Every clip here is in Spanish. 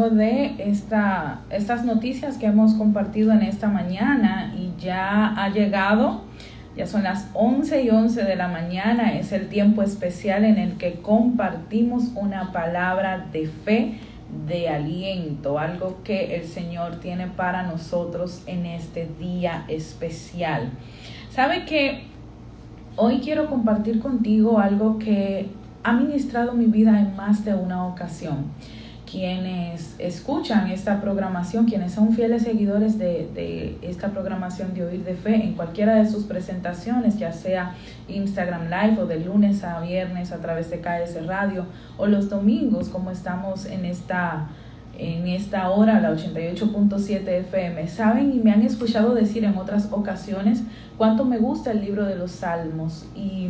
luego de estas noticias que hemos compartido en esta mañana, y ya ha llegado, ya son las 11:11 de la mañana, es el tiempo especial en el que compartimos una palabra de fe, de aliento, algo que el Señor tiene para nosotros en este día especial. ¿Sabe que hoy quiero compartir contigo algo que ha ministrado mi vida en más de una ocasión? Quienes escuchan esta programación, quienes son fieles seguidores de esta programación de Oír de Fe en cualquiera de sus presentaciones, ya sea Instagram Live o de lunes a viernes a través de KS Radio, o los domingos como estamos en esta hora, la 88.7 FM, saben y me han escuchado decir en otras ocasiones cuánto me gusta el libro de los Salmos, y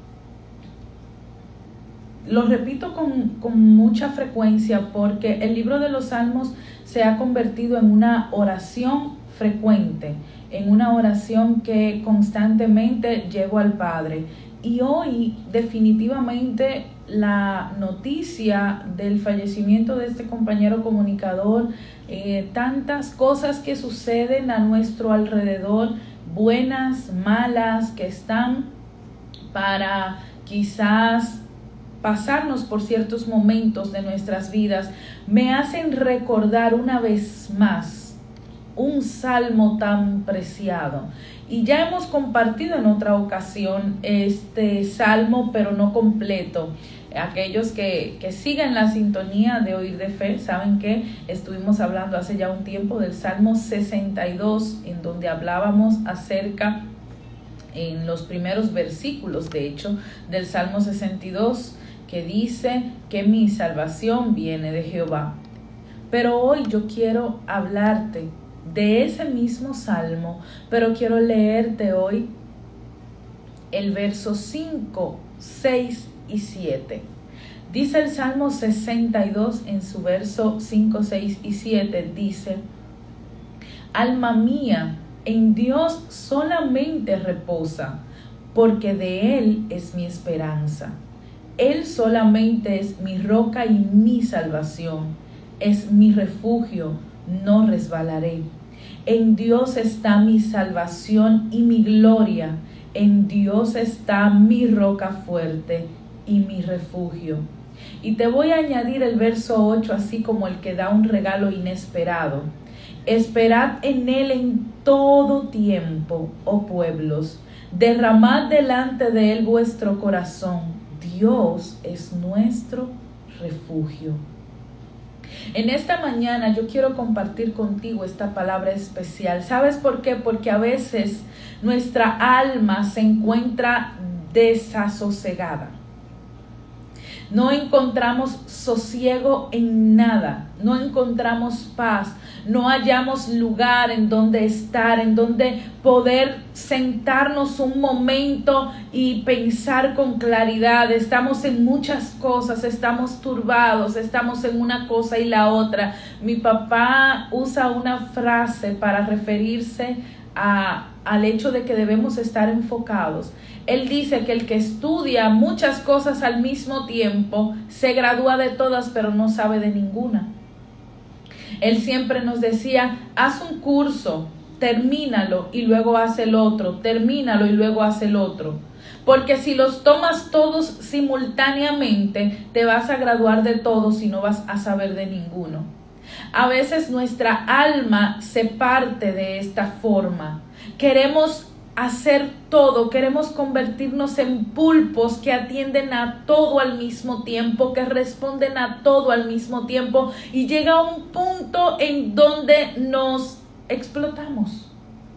lo repito con mucha frecuencia porque el libro de los Salmos se ha convertido en una oración frecuente, en una oración que constantemente llevo al Padre. Y hoy definitivamente la noticia del fallecimiento de este compañero comunicador, tantas cosas que suceden a nuestro alrededor, buenas, malas, que están para quizás pasarnos por ciertos momentos de nuestras vidas, me hacen recordar una vez más un salmo tan preciado. Y ya hemos compartido en otra ocasión este salmo, pero no completo. Aquellos que sigan la sintonía de Oír de Fe saben que estuvimos hablando hace ya un tiempo del Salmo 62, en donde hablábamos acerca, en los primeros versículos de hecho, del Salmo 62, que dice que mi salvación viene de Jehová. Pero hoy yo quiero hablarte de ese mismo salmo, pero quiero leerte hoy el verso 5, 6 y 7. Dice el Salmo 62 en su verso 5, 6 y 7, dice: alma mía, en Dios solamente reposa, porque de Él es mi esperanza. Él solamente es mi roca y mi salvación, es mi refugio, no resbalaré. En Dios está mi salvación y mi gloria, en Dios está mi roca fuerte y mi refugio. Y te voy a añadir el verso 8, así como el que da un regalo inesperado. Esperad en Él en todo tiempo, oh pueblos, derramad delante de Él vuestro corazón. Dios es nuestro refugio. En esta mañana yo quiero compartir contigo esta palabra especial. ¿Sabes por qué? Porque a veces nuestra alma se encuentra desasosegada. No encontramos sosiego en nada, no encontramos paz, no hallamos lugar en donde estar, en donde poder sentarnos un momento y pensar con claridad. Estamos en muchas cosas, estamos turbados, estamos en una cosa y la otra. Mi papá usa una frase para referirse al hecho de que debemos estar enfocados. Él dice que el que estudia muchas cosas al mismo tiempo se gradúa de todas, pero no sabe de ninguna. Él siempre nos decía: haz un curso, termínalo y luego haz el otro, termínalo y luego haz el otro. Porque si los tomas todos simultáneamente, te vas a graduar de todos y no vas a saber de ninguno. A veces nuestra alma se parte de esta forma. Queremos hacer todo, queremos convertirnos en pulpos que atienden a todo al mismo tiempo, que responden a todo al mismo tiempo, y llega un punto en donde nos explotamos,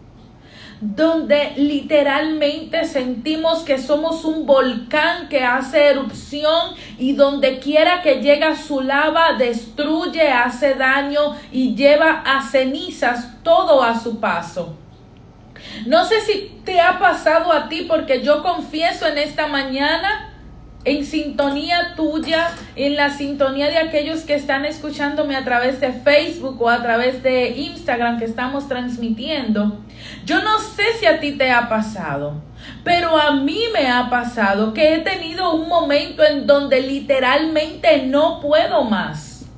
donde literalmente sentimos que somos un volcán que hace erupción y donde quiera que llega su lava destruye, hace daño y lleva a cenizas todo a su paso. No sé si te ha pasado a ti, porque yo confieso en esta mañana, en sintonía tuya, en la sintonía de aquellos que están escuchándome a través de Facebook o a través de Instagram que estamos transmitiendo. Yo no sé si a ti te ha pasado, pero a mí me ha pasado que he tenido un momento en donde literalmente no puedo más.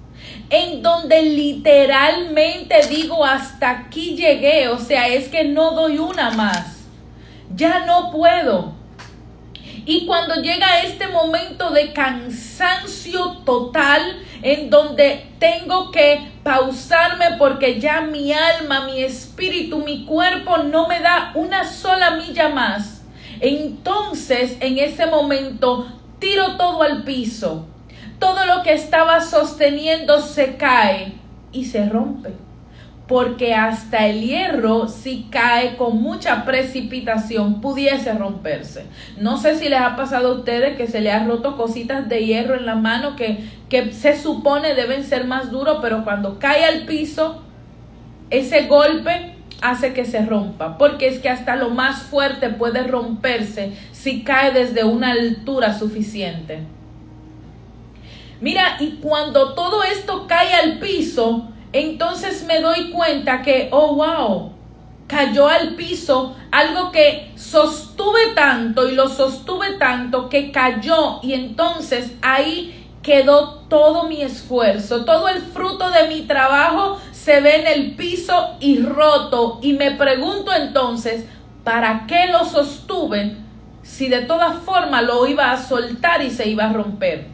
en donde literalmente digo, hasta aquí llegué, o sea, es que no doy una más, ya no puedo. Y cuando llega este momento de cansancio total, en donde tengo que pausarme porque ya mi alma, mi espíritu, mi cuerpo no me da una sola milla más, entonces en ese momento tiro todo al piso. Todo lo que estaba sosteniendo se cae y se rompe. Porque hasta el hierro, si cae con mucha precipitación, pudiese romperse. No sé si les ha pasado a ustedes que se les ha roto cositas de hierro en la mano que se supone deben ser más duros, pero cuando cae al piso, ese golpe hace que se rompa. Porque es que hasta lo más fuerte puede romperse si cae desde una altura suficiente. Mira, y cuando todo esto cae al piso, entonces me doy cuenta que, oh wow, cayó al piso algo que sostuve tanto y lo sostuve tanto que cayó, y entonces ahí quedó todo mi esfuerzo, todo el fruto de mi trabajo se ve en el piso y roto, y me pregunto entonces, ¿para qué lo sostuve si de todas formas lo iba a soltar y se iba a romper?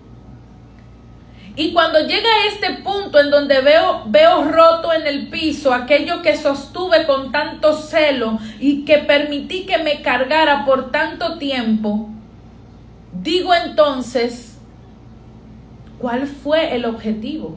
Y cuando llega a este punto en donde veo roto en el piso aquello que sostuve con tanto celo y que permití que me cargara por tanto tiempo, digo entonces, ¿cuál fue el objetivo?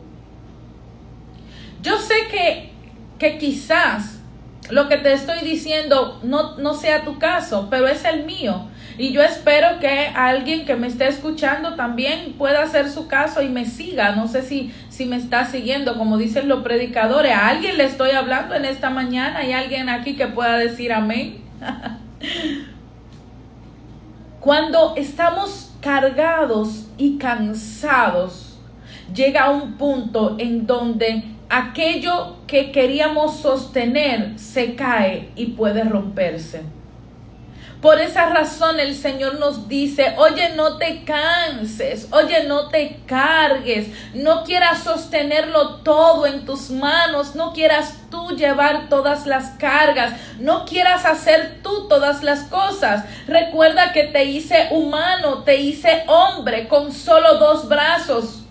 Yo sé que quizás lo que te estoy diciendo no sea tu caso, pero es el mío. Y yo espero que alguien que me esté escuchando también pueda hacer su caso y me siga. No sé si me está siguiendo, como dicen los predicadores. A alguien le estoy hablando en esta mañana. ¿Hay alguien aquí que pueda decir amén? Cuando estamos cargados y cansados, llega un punto en donde aquello que queríamos sostener se cae y puede romperse. Por esa razón el Señor nos dice, oye, no te canses, oye, no te cargues, no quieras sostenerlo todo en tus manos, no quieras tú llevar todas las cargas, no quieras hacer tú todas las cosas. Recuerda que te hice humano, te hice hombre con solo 2 brazos.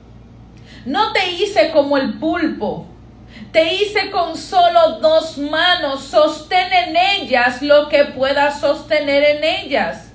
No te hice como el pulpo. Te hice con solo 2 manos, sostén en ellas lo que puedas sostener en ellas.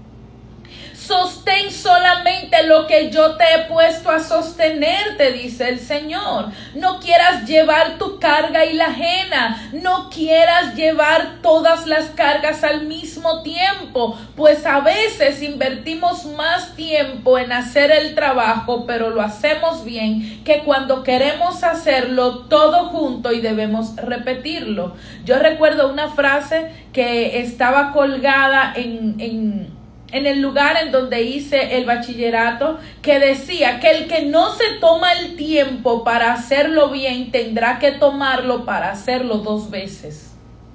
Sostén solamente lo que yo te he puesto a sostener, te dice el Señor. No quieras llevar tu carga y la ajena. No quieras llevar todas las cargas al mismo tiempo. Pues a veces invertimos más tiempo en hacer el trabajo, pero lo hacemos bien, que cuando queremos hacerlo todo junto y debemos repetirlo. Yo recuerdo una frase que estaba colgada en el lugar en donde hice el bachillerato, que decía que el que no se toma el tiempo para hacerlo bien, tendrá que tomarlo para hacerlo 2 veces.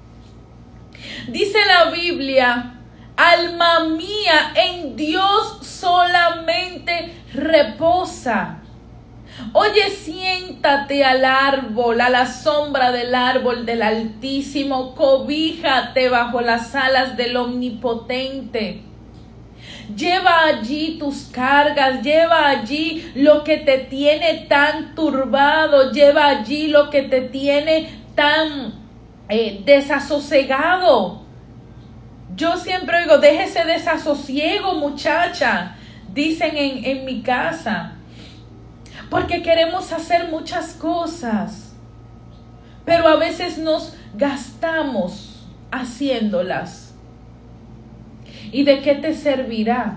Dice la Biblia, alma mía, en Dios solamente reposa. Oye, siéntate al árbol, a la sombra del árbol del Altísimo, cobíjate bajo las alas del Omnipotente. Lleva allí tus cargas, lleva allí lo que te tiene tan turbado, lleva allí lo que te tiene tan desasosegado. Yo siempre oigo, déjese desasosiego, muchacha, dicen en mi casa, porque queremos hacer muchas cosas, pero a veces nos gastamos haciéndolas. ¿Y de qué te servirá?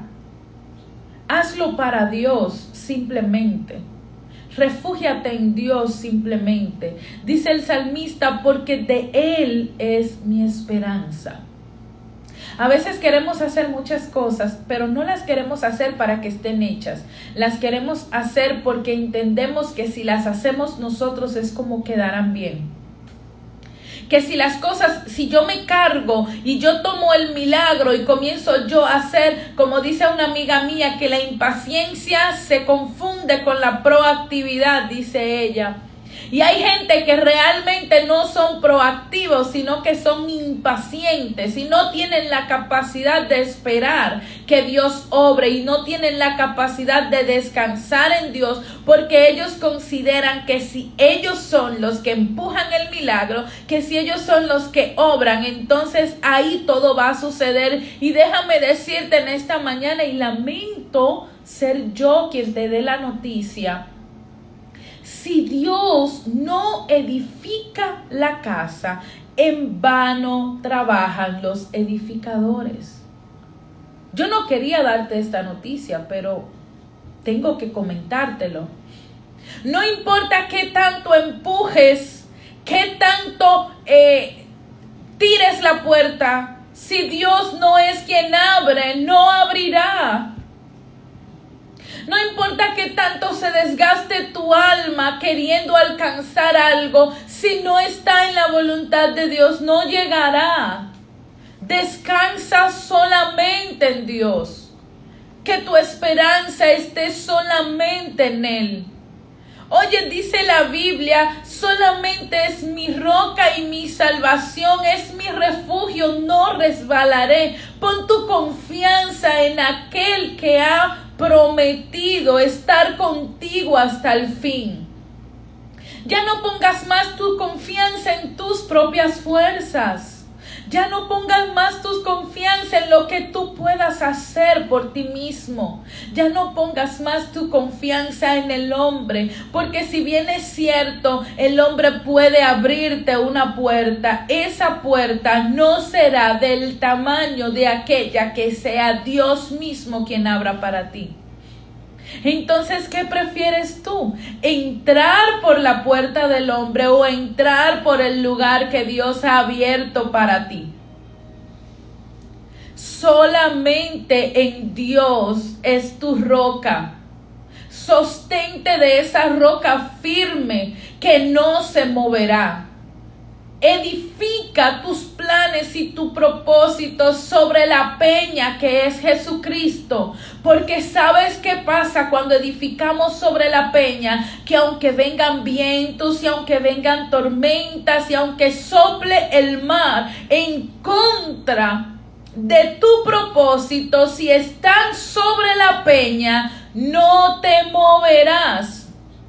Hazlo para Dios simplemente. Refúgiate en Dios simplemente. Dice el salmista, porque de Él es mi esperanza. A veces queremos hacer muchas cosas, pero no las queremos hacer para que estén hechas. Las queremos hacer porque entendemos que si las hacemos nosotros es como quedarán bien. que si yo me cargo y yo tomo el milagro y comienzo yo a hacer, como dice una amiga mía, que la impaciencia se confunde con la proactividad, dice ella. Y hay gente que realmente no son proactivos, sino que son impacientes y no tienen la capacidad de esperar que Dios obre y no tienen la capacidad de descansar en Dios, porque ellos consideran que si ellos son los que empujan el milagro, que si ellos son los que obran, entonces ahí todo va a suceder. Y déjame decirte en esta mañana, y lamento ser yo quien te dé la noticia, si Dios no edifica la casa, en vano trabajan los edificadores. Yo no quería darte esta noticia, pero tengo que comentártelo. No importa qué tanto empujes, qué tanto tires la puerta, si Dios no es quien abre, no abrirá. No importa que tanto se desgaste tu alma queriendo alcanzar algo, si no está en la voluntad de Dios, no llegará. Descansa solamente en Dios. Que tu esperanza esté solamente en Él. Oye, dice la Biblia, solamente es mi roca y mi salvación, es mi refugio, no resbalaré. Pon tu confianza en aquel que ha prometido estar contigo hasta el fin. Ya no pongas más tu confianza en tus propias fuerzas. Ya no pongas más tu confianza en lo que tú puedas hacer por ti mismo. Ya no pongas más tu confianza en el hombre, porque si bien es cierto, el hombre puede abrirte una puerta, esa puerta no será del tamaño de aquella que sea Dios mismo quien abra para ti. Entonces, ¿qué prefieres tú? ¿Entrar por la puerta del hombre o entrar por el lugar que Dios ha abierto para ti? Solamente en Dios es tu roca. Sostente de esa roca firme que no se moverá. Edifica tus planes y tu propósito sobre la peña que es Jesucristo, porque ¿sabes qué pasa cuando edificamos sobre la peña? Que aunque vengan vientos y aunque vengan tormentas y aunque sople el mar en contra de tu propósito, si están sobre la peña, no te moverás.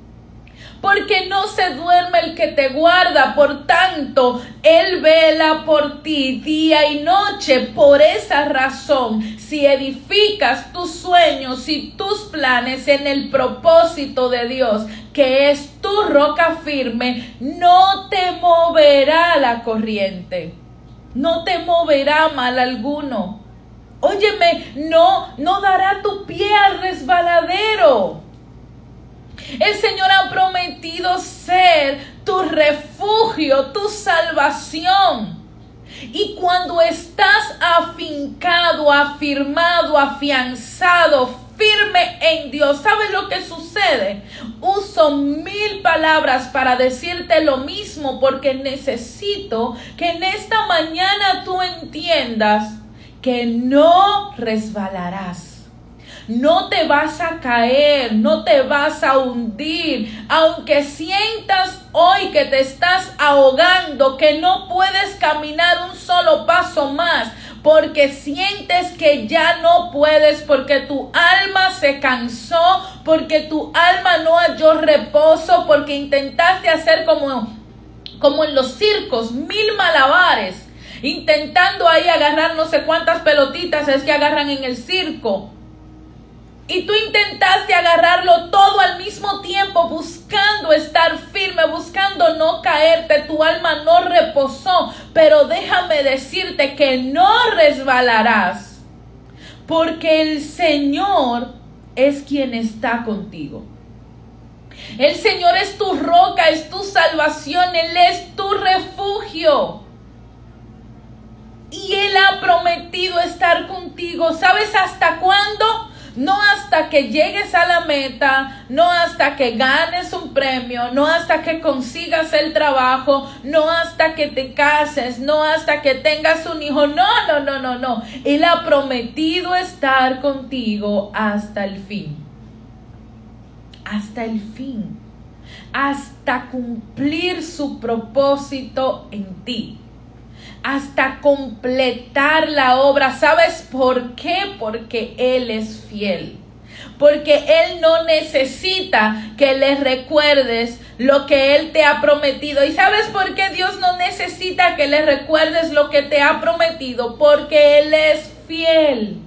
Porque no se duerme el que te guarda, por tanto, Él vela por ti día y noche. Por esa razón, si edificas tus sueños y tus planes en el propósito de Dios, que es tu roca firme, no te moverá la corriente, no te moverá mal alguno. Óyeme, no dará tu pie al resbaladero. El Señor ha prometido ser tu refugio, tu salvación. Y cuando estás afincado, afirmado, afianzado, firme en Dios, ¿sabes lo que sucede? Uso 1000 palabras para decirte lo mismo, porque necesito que en esta mañana tú entiendas que no resbalarás. No te vas a caer, no te vas a hundir, aunque sientas hoy que te estás ahogando, que no puedes caminar un solo paso más, porque sientes que ya no puedes, porque tu alma se cansó, porque tu alma no halló reposo, porque intentaste hacer como en los circos, 1000 malabares, intentando ahí agarrar no sé cuántas pelotitas es que agarran en el circo. Y tú intentaste agarrarlo todo al mismo tiempo, buscando estar firme, buscando no caerte. Tu alma no reposó, pero déjame decirte que no resbalarás, porque el Señor es quien está contigo. El Señor es tu roca, es tu salvación, Él es tu refugio. Y Él ha prometido estar contigo. ¿Sabes hasta cuándo? No hasta que llegues a la meta, no hasta que ganes un premio, no hasta que consigas el trabajo, no hasta que te cases, no hasta que tengas un hijo. No. Él ha prometido estar contigo hasta el fin. Hasta el fin. Hasta cumplir su propósito en ti. Hasta completar la obra. ¿Sabes por qué? Porque Él es fiel. Porque Él no necesita que le recuerdes lo que Él te ha prometido. ¿Y sabes por qué Dios no necesita que le recuerdes lo que te ha prometido? Porque Él es fiel.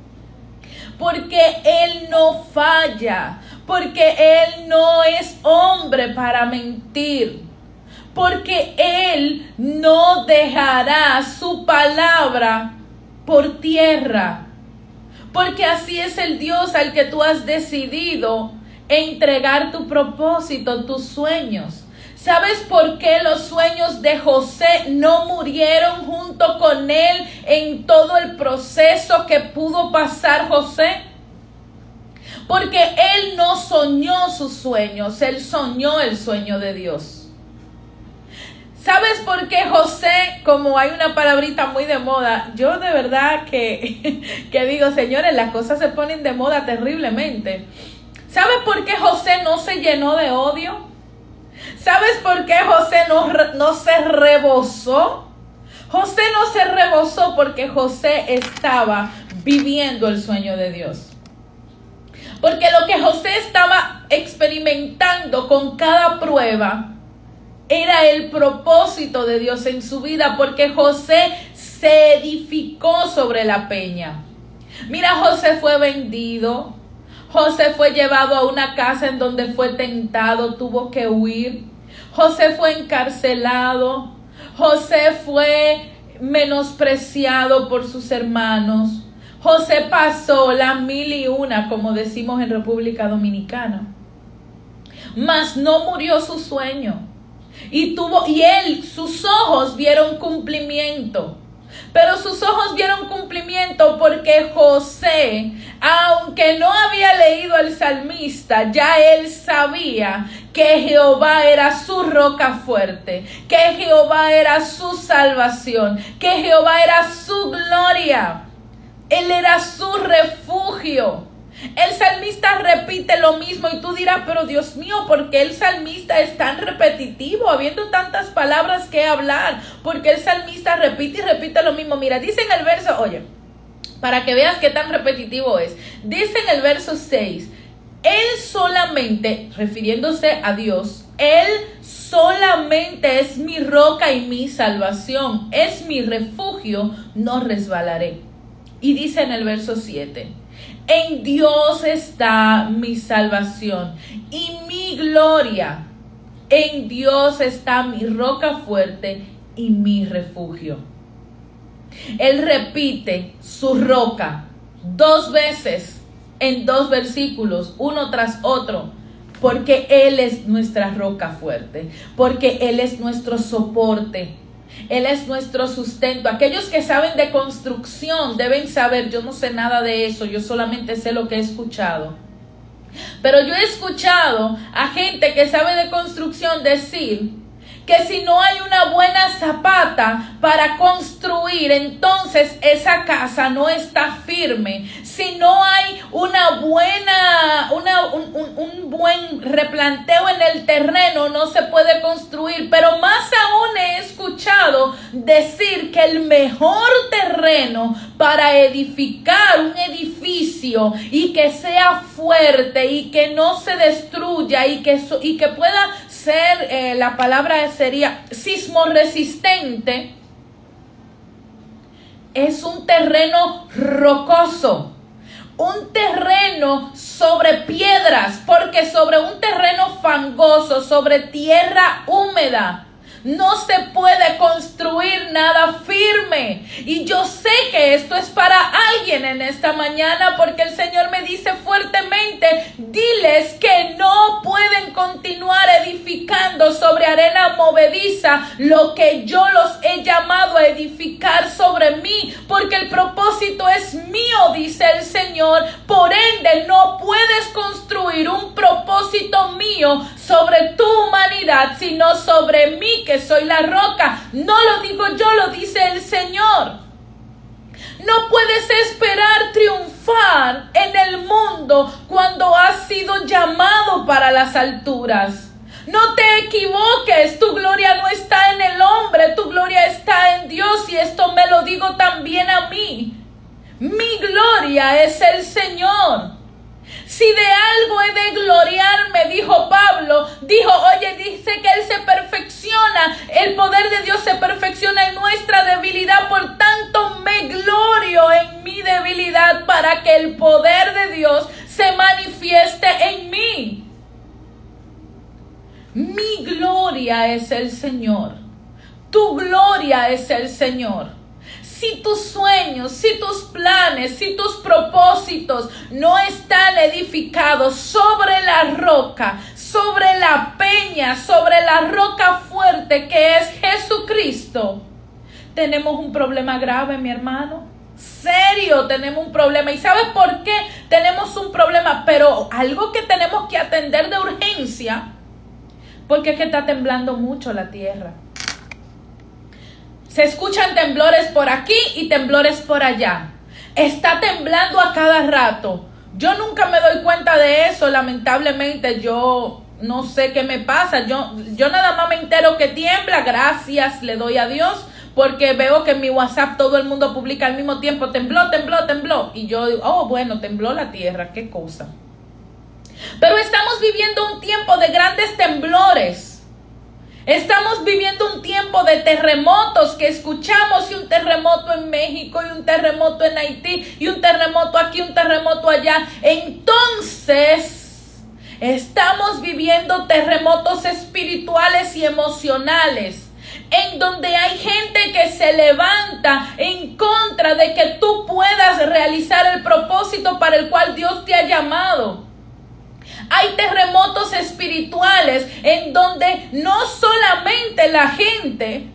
Porque Él no falla. Porque Él no es hombre para mentir. Porque Él no dejará su palabra por tierra. Porque así es el Dios al que tú has decidido entregar tu propósito, tus sueños. ¿Sabes por qué los sueños de José no murieron junto con él en todo el proceso que pudo pasar José? Porque él no soñó sus sueños, él soñó el sueño de Dios. ¿Sabes por qué José, como hay una palabrita muy de moda, yo de verdad que digo, señores, las cosas se ponen de moda terriblemente. ¿Sabes por qué José no se llenó de odio? ¿Sabes por qué José no se rebosó? José no se rebosó porque José estaba viviendo el sueño de Dios. Porque lo que José estaba experimentando con cada prueba era el propósito de Dios en su vida, porque José se edificó sobre la peña. Mira, José fue vendido, José fue llevado a una casa en donde fue tentado, tuvo que huir. José fue encarcelado, José fue menospreciado por sus hermanos. José pasó la 1001, como decimos en República Dominicana. Mas no murió su sueño. Sus ojos vieron cumplimiento. Pero sus ojos vieron cumplimiento porque José, aunque no había leído al salmista, ya él sabía que Jehová era su roca fuerte, que Jehová era su salvación, que Jehová era su gloria. Él era su refugio. El salmista repite lo mismo y tú dirás, pero Dios mío, ¿por qué el salmista es tan repetitivo? Habiendo tantas palabras que hablar, ¿por qué el salmista repite y repite lo mismo? Mira, dice en el verso, oye, para que veas qué tan repetitivo es. Dice en el verso 6, Él solamente, refiriéndose a Dios, Él solamente es mi roca y mi salvación, es mi refugio, no resbalaré. Y dice en el verso 7, en Dios está mi salvación y mi gloria. En Dios está mi roca fuerte y mi refugio. Él repite su roca 2 veces en 2 versículos, uno tras otro, porque Él es nuestra roca fuerte, porque Él es nuestro soporte. Él es nuestro sustento. Aquellos que saben de construcción deben saber, yo no sé nada de eso, yo solamente sé lo que he escuchado. Pero yo he escuchado a gente que sabe de construcción decir que si no hay una buena zapata para construir, entonces esa casa no está firme. Si no hay un buen replanteo en el terreno, no se puede construir. Pero más aún he escuchado decir que el mejor terreno para edificar un edificio y que sea fuerte y que no se destruya y que pueda ser, la palabra sería sismo resistente, es un terreno rocoso, un terreno sobre piedras, porque sobre un terreno fangoso, sobre tierra húmeda, no se puede construir nada firme. Y yo sé que esto es para alguien en esta mañana, porque el Señor me dice fuertemente, diles que no pueden continuar edificando sobre arena movediza lo que yo los he llamado a edificar sobre mí, porque el propósito es mío, dice el Señor. Por ende, no puedes construir un propósito mío sobre tu humanidad, sino sobre mí, que soy la roca. No lo digo yo, lo dice el Señor. No puedes esperar triunfar en el mundo cuando has sido llamado para las alturas. No te equivoques, tu gloria no está en el hombre, tu gloria está en Dios, y esto me lo digo también a mí. Mi gloria es el Señor. Si de algo he de gloriarme, dijo Pablo, dice que Él se perfecciona, el poder de Dios se perfecciona en nuestra debilidad, por tanto me glorio en mi debilidad para que el poder de Dios se manifieste en mí. Mi gloria es el Señor, tu gloria es el Señor. Si tus sueños, si tus planes, si tus propósitos no están edificados sobre la roca, sobre la peña, sobre la roca fuerte que es Jesucristo, tenemos un problema grave, mi hermano. Serio, tenemos un problema. ¿Y sabes por qué tenemos un problema? Pero algo que tenemos que atender de urgencia, porque es que está temblando mucho la tierra. Se escuchan temblores por aquí y temblores por allá. Está temblando a cada rato. Yo nunca me doy cuenta de eso, lamentablemente. Yo no sé qué me pasa. Yo nada más me entero que tiembla. Gracias le doy a Dios, porque veo que en mi WhatsApp todo el mundo publica al mismo tiempo: tembló, tembló, tembló. Y yo digo, oh, bueno, tembló la tierra, qué cosa. Pero estamos viviendo un tiempo de grandes temblores. Estamos viviendo un tiempo de terremotos que escuchamos, y un terremoto en México, y un terremoto en Haití, y un terremoto aquí, un terremoto allá. Entonces, estamos viviendo terremotos espirituales y emocionales, en donde hay gente que se levanta en contra de que tú puedas realizar el propósito para el cual Dios te ha llamado. Hay terremotos espirituales en donde no solamente la gente,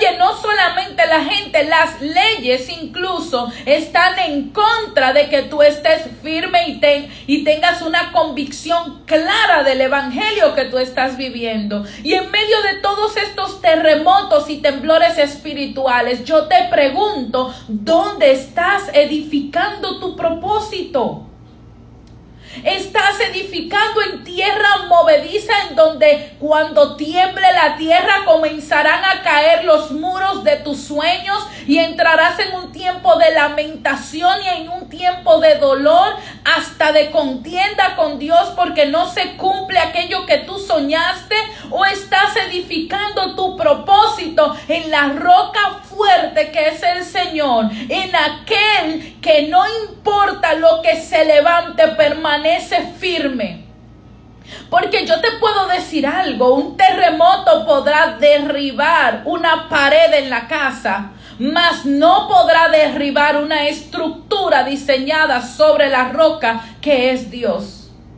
las leyes incluso están en contra de que tú estés firme y tengas una convicción clara del evangelio que tú estás viviendo. Y en medio de todos estos terremotos y temblores espirituales, yo te pregunto, ¿dónde estás edificando tu propósito? Estás edificando en tierra movediza, en donde cuando tiemble la tierra comenzarán a caer los muros de tus sueños, y entrarás en un tiempo de lamentación y en un tiempo de dolor, hasta de contienda con Dios, porque no se cumple aquello que tú soñaste. ¿O estás edificando tu propósito en la roca fuerte que es el Señor, en aquel que no importa lo que se levante, permanece firme? Porque yo te puedo decir algo: un terremoto podrá derribar una pared en la casa, mas no podrá derribar una estructura diseñada sobre la roca que es Dios.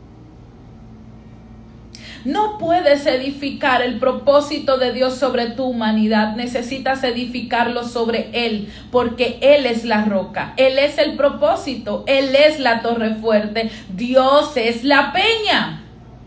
No puedes edificar el propósito de Dios sobre tu humanidad. Necesitas edificarlo sobre Él, porque Él es la roca, Él es el propósito, Él es la torre fuerte, Dios es la peña.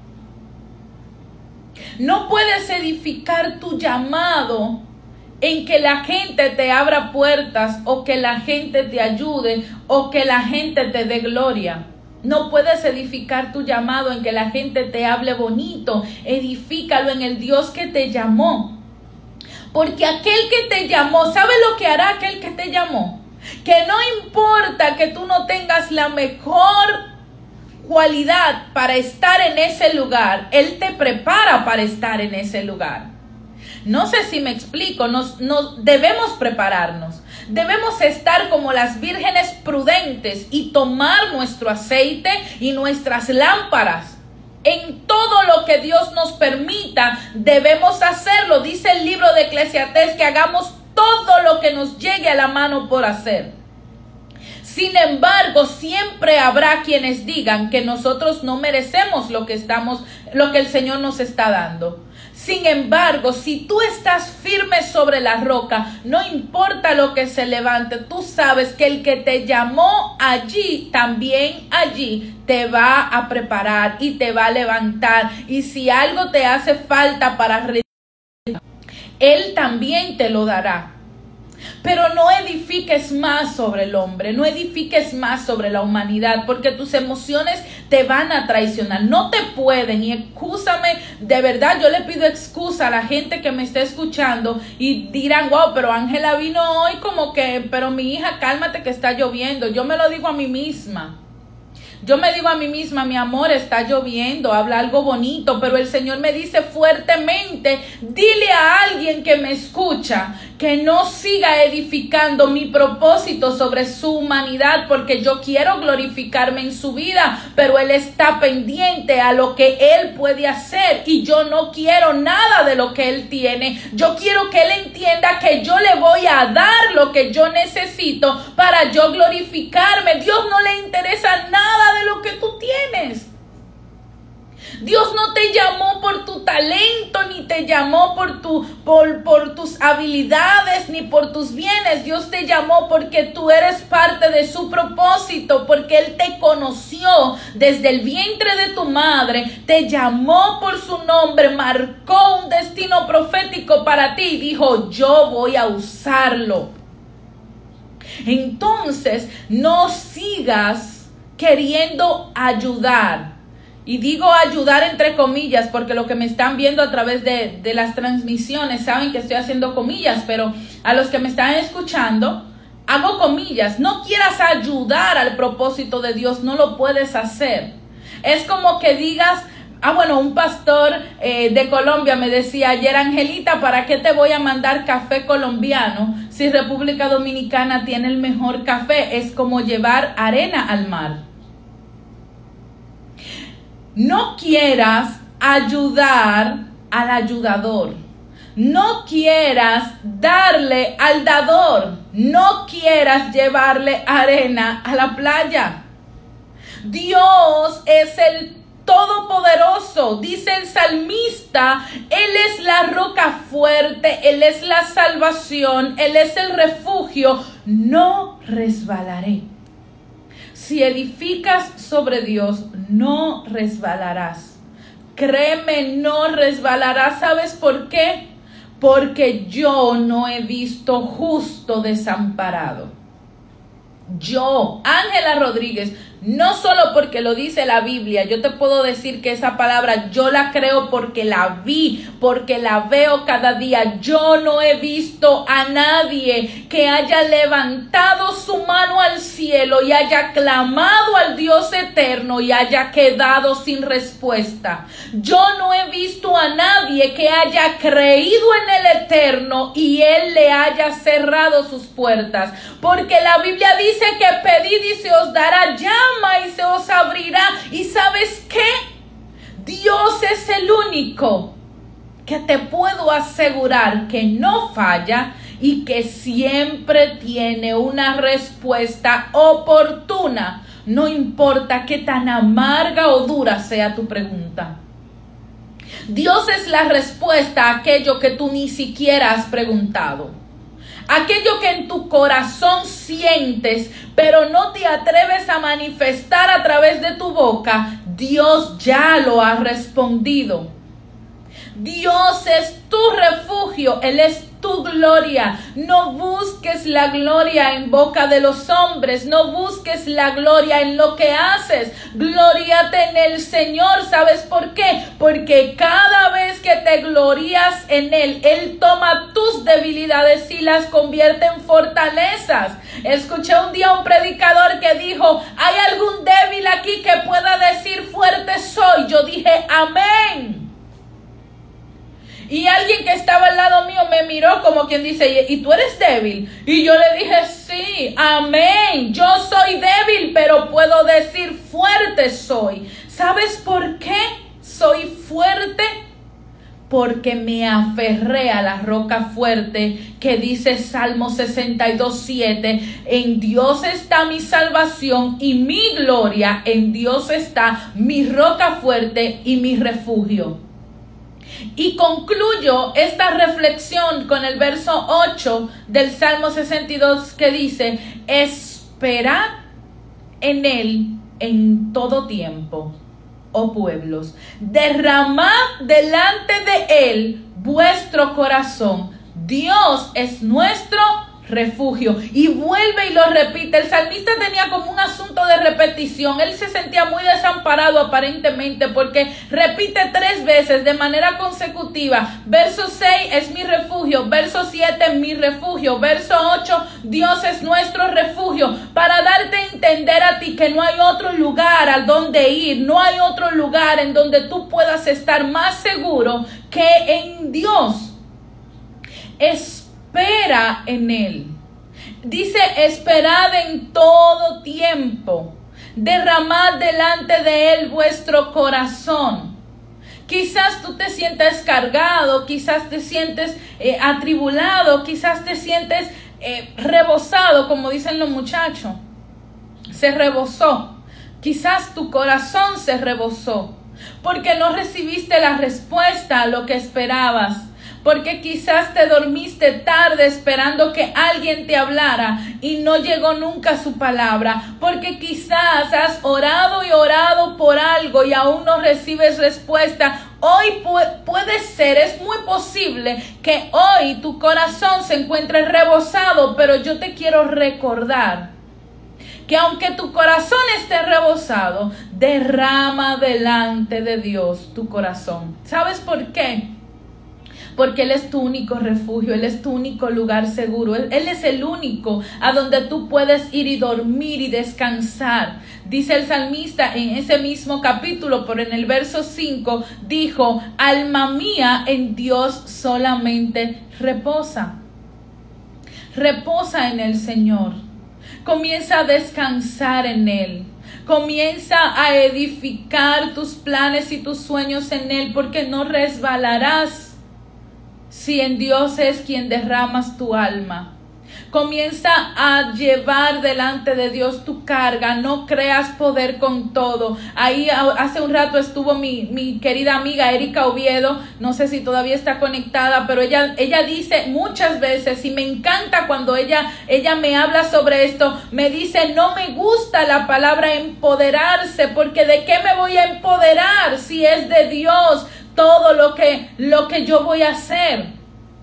No puedes edificar tu llamado en que la gente te abra puertas, o que la gente te ayude, o que la gente te dé gloria. No puedes edificar tu llamado en que la gente te hable bonito. Edifícalo en el Dios que te llamó. Porque aquel que te llamó, ¿sabe lo que hará aquel que te llamó? Que no importa que tú no tengas la mejor cualidad para estar en ese lugar, Él te prepara para estar en ese lugar. No sé si me explico. Debemos prepararnos. Debemos estar como las vírgenes prudentes y tomar nuestro aceite y nuestras lámparas. En todo lo que Dios nos permita, debemos hacerlo. Dice el libro de Eclesiastés que hagamos todo lo que nos llegue a la mano por hacer. Sin embargo, siempre habrá quienes digan que nosotros no merecemos lo que el Señor nos está dando. Sin embargo, si tú estás firme sobre la roca, no importa lo que se levante, tú sabes que el que te llamó allí, también allí te va a preparar y te va a levantar. Y si algo te hace falta para Él también te lo dará. Pero no edifiques más sobre el hombre, no edifiques más sobre la humanidad, porque tus emociones te van a traicionar, no te pueden. Y excúsame, de verdad yo le pido excusa a la gente que me está escuchando y dirán, wow, pero Ángela vino hoy como que, pero mi hija, cálmate que está lloviendo. Yo me lo digo a mí misma. Yo me digo a mí misma, mi amor, está lloviendo, habla algo bonito, pero el Señor me dice fuertemente, dile a alguien que me escucha que no siga edificando mi propósito sobre su humanidad, porque yo quiero glorificarme en su vida, pero Él está pendiente a lo que Él puede hacer y yo no quiero nada de lo que Él tiene. Yo quiero que Él entienda que yo le voy a dar lo que yo necesito para yo glorificarme. Dios no le interesa nada de lo que tú tienes. Dios no te llamó por tu talento, ni te llamó por tus habilidades, ni por tus bienes. Dios te llamó porque tú eres parte de su propósito, porque Él te conoció desde el vientre de tu madre, te llamó por su nombre, marcó un destino profético para ti y dijo, yo voy a usarlo. Entonces, no sigas queriendo ayudar. Y digo ayudar entre comillas, porque lo que me están viendo a través de las transmisiones saben que estoy haciendo comillas, pero a los que me están escuchando, hago comillas. No quieras ayudar al propósito de Dios, no lo puedes hacer. Es como que digas, un pastor de Colombia me decía ayer, Angelita, ¿para qué te voy a mandar café colombiano si República Dominicana tiene el mejor café? Es como llevar arena al mar. No quieras ayudar al ayudador. No quieras darle al dador. No quieras llevarle arena a la playa. Dios es el Todopoderoso. Dice el salmista, Él es la roca fuerte, Él es la salvación, Él es el refugio. No resbalaré. Si edificas sobre Dios, no resbalarás. Créeme, no resbalarás. ¿Sabes por qué? Porque yo no he visto justo desamparado. Yo, Ángela Rodríguez, no solo porque lo dice la Biblia, yo te puedo decir que esa palabra yo la creo porque la vi, porque la veo cada día. Yo no he visto a nadie que haya levantado su mano al cielo y haya clamado al Dios eterno y haya quedado sin respuesta. Yo no he visto a nadie que haya creído en el eterno y Él le haya cerrado sus puertas, porque la Biblia dice que pedid y se os dará, llama y se os abrirá. ¿Y sabes qué? Dios es el único que te puedo asegurar que no falla y que siempre tiene una respuesta oportuna, no importa qué tan amarga o dura sea tu pregunta. Dios es la respuesta a aquello que tú ni siquiera has preguntado. Aquello que en tu corazón sientes, pero no te atreves a manifestar a través de tu boca, Dios ya lo ha respondido. Dios es tu refugio, Él es tu gloria. No busques la gloria en boca de los hombres, no busques la gloria en lo que haces. Glóriate en el Señor. ¿Sabes por qué? Porque cada vez que te glorías en Él, Él toma tus debilidades y las convierte en fortalezas. Escuché un día a un predicador que dijo, ¿hay algún débil aquí que pueda decir fuerte soy? Yo dije, amén. Y alguien que estaba al lado mío me miró como quien dice, ¿y tú eres débil? Y yo le dije, sí, amén. Yo soy débil, pero puedo decir fuerte soy. ¿Sabes por qué soy fuerte? porque me aferré a la roca fuerte, que dice Salmo 62:7, en Dios está mi salvación y mi gloria, en Dios está mi roca fuerte y mi refugio. Y concluyo esta reflexión con el verso 8 del Salmo 62 que dice, esperad en Él en todo tiempo. Oh pueblos, derramad delante de Él vuestro corazón. Dios es nuestro refugio. Y vuelve y lo repite. El salmista tenía como un asunto de repetición. Él se sentía muy desamparado aparentemente porque repite 3 veces de manera consecutiva. Verso 6 es mi refugio. Verso 7 mi refugio. Verso 8 Dios es nuestro refugio. Para darte a entender a ti que no hay otro lugar a donde ir. No hay otro lugar en donde tú puedas estar más seguro que en Dios. Espera en Él. Dice, esperad en todo tiempo. Derramad delante de Él vuestro corazón. Quizás tú te sientes cargado, quizás te sientes atribulado, quizás te sientes rebosado, como dicen los muchachos. Se rebosó. Quizás tu corazón se rebosó porque no recibiste la respuesta a lo que esperabas. Porque quizás te dormiste tarde esperando que alguien te hablara y no llegó nunca su palabra. Porque quizás has orado y orado por algo y aún no recibes respuesta. Hoy puede ser, es muy posible que hoy tu corazón se encuentre rebosado, pero yo te quiero recordar que aunque tu corazón esté rebosado, derrama delante de Dios tu corazón. ¿Sabes por qué? Porque Él es tu único refugio, Él es tu único lugar seguro. Él es el único a donde tú puedes ir y dormir y descansar. Dice el salmista en ese mismo capítulo, pero en el verso 5, dijo, alma mía, en Dios solamente reposa. Reposa en el Señor. Comienza a descansar en Él. Comienza a edificar tus planes y tus sueños en Él, porque no resbalarás si en Dios es quien derramas tu alma. Comienza a llevar delante de Dios tu carga. No creas poder con todo. Ahí hace un rato estuvo mi querida amiga Erika Oviedo. No sé si todavía está conectada, pero ella dice muchas veces, y me encanta cuando ella me habla sobre esto, me dice, no me gusta la palabra empoderarse, porque ¿de qué me voy a empoderar si es de Dios todo lo que yo voy a hacer?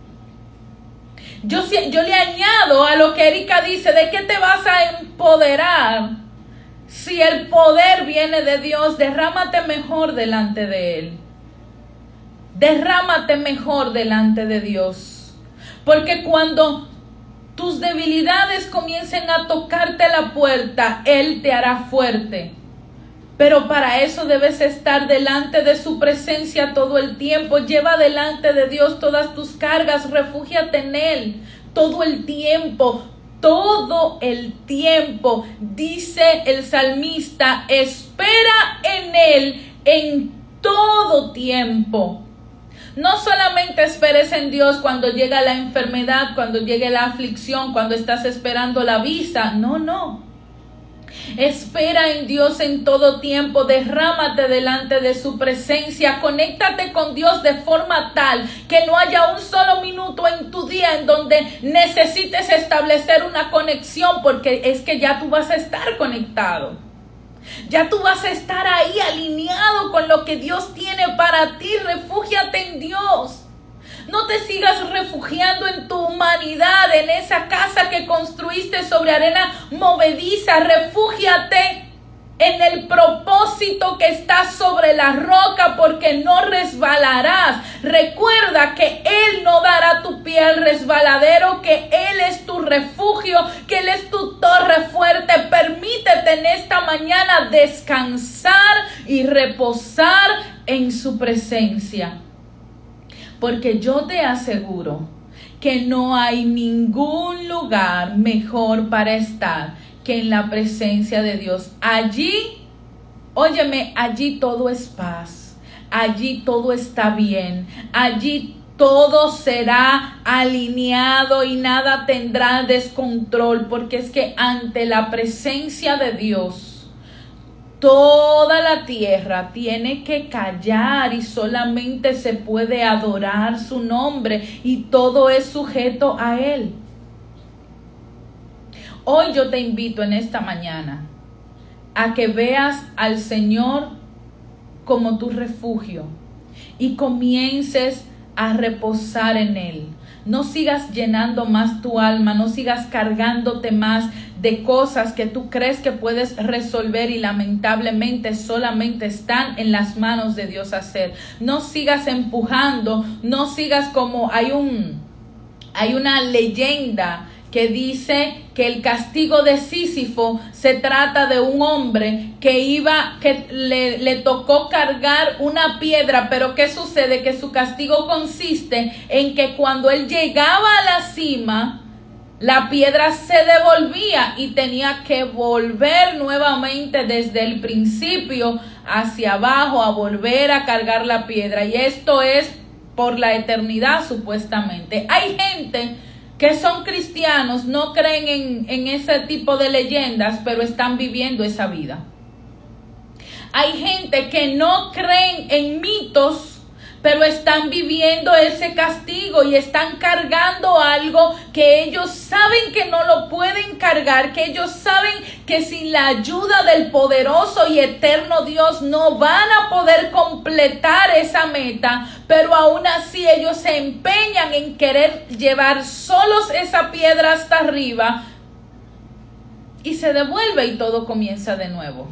Yo le añado a lo que Erika dice, ¿de qué te vas a empoderar si el poder viene de Dios? Derrámate mejor delante de Él. Derrámate mejor delante de Dios. Porque cuando tus debilidades comiencen a tocarte la puerta, Él te hará fuerte. Pero para eso debes estar delante de su presencia todo el tiempo. Lleva delante de Dios todas tus cargas. Refúgiate en Él todo el tiempo. Todo el tiempo. Dice el salmista, espera en Él en todo tiempo. No solamente esperes en Dios cuando llega la enfermedad, cuando llegue la aflicción, cuando estás esperando la visa. No. Espera en Dios en todo tiempo, derrámate delante de su presencia, conéctate con Dios de forma tal que no haya un solo minuto en tu día en donde necesites establecer una conexión, porque es que ya tú vas a estar conectado. Ya tú vas a estar ahí alineado con lo que Dios tiene para ti. Refúgiate en Dios. No te sigas refugiando en tu humanidad, en esa casa que construiste sobre arena movediza. Refúgiate en el propósito que está sobre la roca, porque no resbalarás. Recuerda que Él no dará tu pie al resbaladero, que Él es tu refugio, que Él es tu torre fuerte. Permítete en esta mañana descansar y reposar en su presencia. Porque yo te aseguro que no hay ningún lugar mejor para estar que en la presencia de Dios. Allí, óyeme, allí todo es paz. allí todo está bien, allí todo será alineado y nada tendrá descontrol, porque es que ante la presencia de Dios, toda la tierra tiene que callar y solamente se puede adorar su nombre y todo es sujeto a Él. Hoy yo te invito en esta mañana a que veas al Señor como tu refugio y comiences a reposar en Él. No sigas llenando más tu alma, no sigas cargándote más de cosas que tú crees que puedes resolver y lamentablemente solamente están en las manos de Dios hacer. No sigas empujando, no sigas como hay una leyenda que dice que el castigo de Sísifo se trata de un hombre que le tocó cargar una piedra, pero ¿qué sucede? Que su castigo consiste en que cuando él llegaba a la cima, la piedra se devolvía y tenía que volver nuevamente desde el principio hacia abajo a volver a cargar la piedra. Y esto es por la eternidad supuestamente. Hay gente que son cristianos, no creen en ese tipo de leyendas, pero están viviendo esa vida. Hay gente que no creen en mitos, pero están viviendo ese castigo y están cargando algo que ellos saben que no lo pueden cargar, que ellos saben que sin la ayuda del poderoso y eterno Dios no van a poder completar esa meta, pero aún así ellos se empeñan en querer llevar solos esa piedra hasta arriba y se devuelve y todo comienza de nuevo.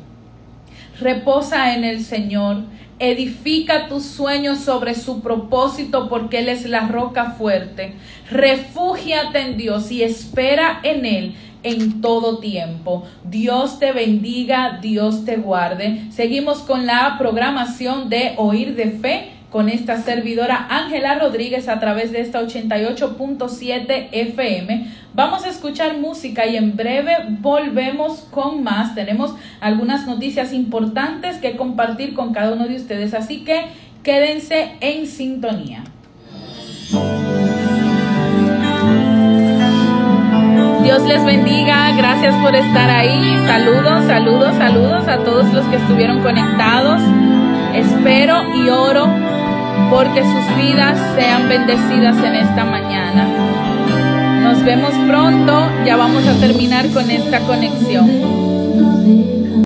Reposa en el Señor. Edifica tus sueños sobre su propósito porque Él es la roca fuerte. Refúgiate en Dios y espera en Él en todo tiempo. Dios te bendiga, Dios te guarde. Seguimos con la programación de Oír de Fe con esta servidora Ángela Rodríguez a través de esta 88.7 FM. Vamos a escuchar música y en breve volvemos con más. Tenemos algunas noticias importantes que compartir con cada uno de ustedes, así que quédense en sintonía. Dios les bendiga, gracias por estar ahí. Saludos, saludos, saludos a todos los que estuvieron conectados. Espero y oro porque sus vidas sean bendecidas en esta mañana. Nos vemos pronto, ya vamos a terminar con esta conexión.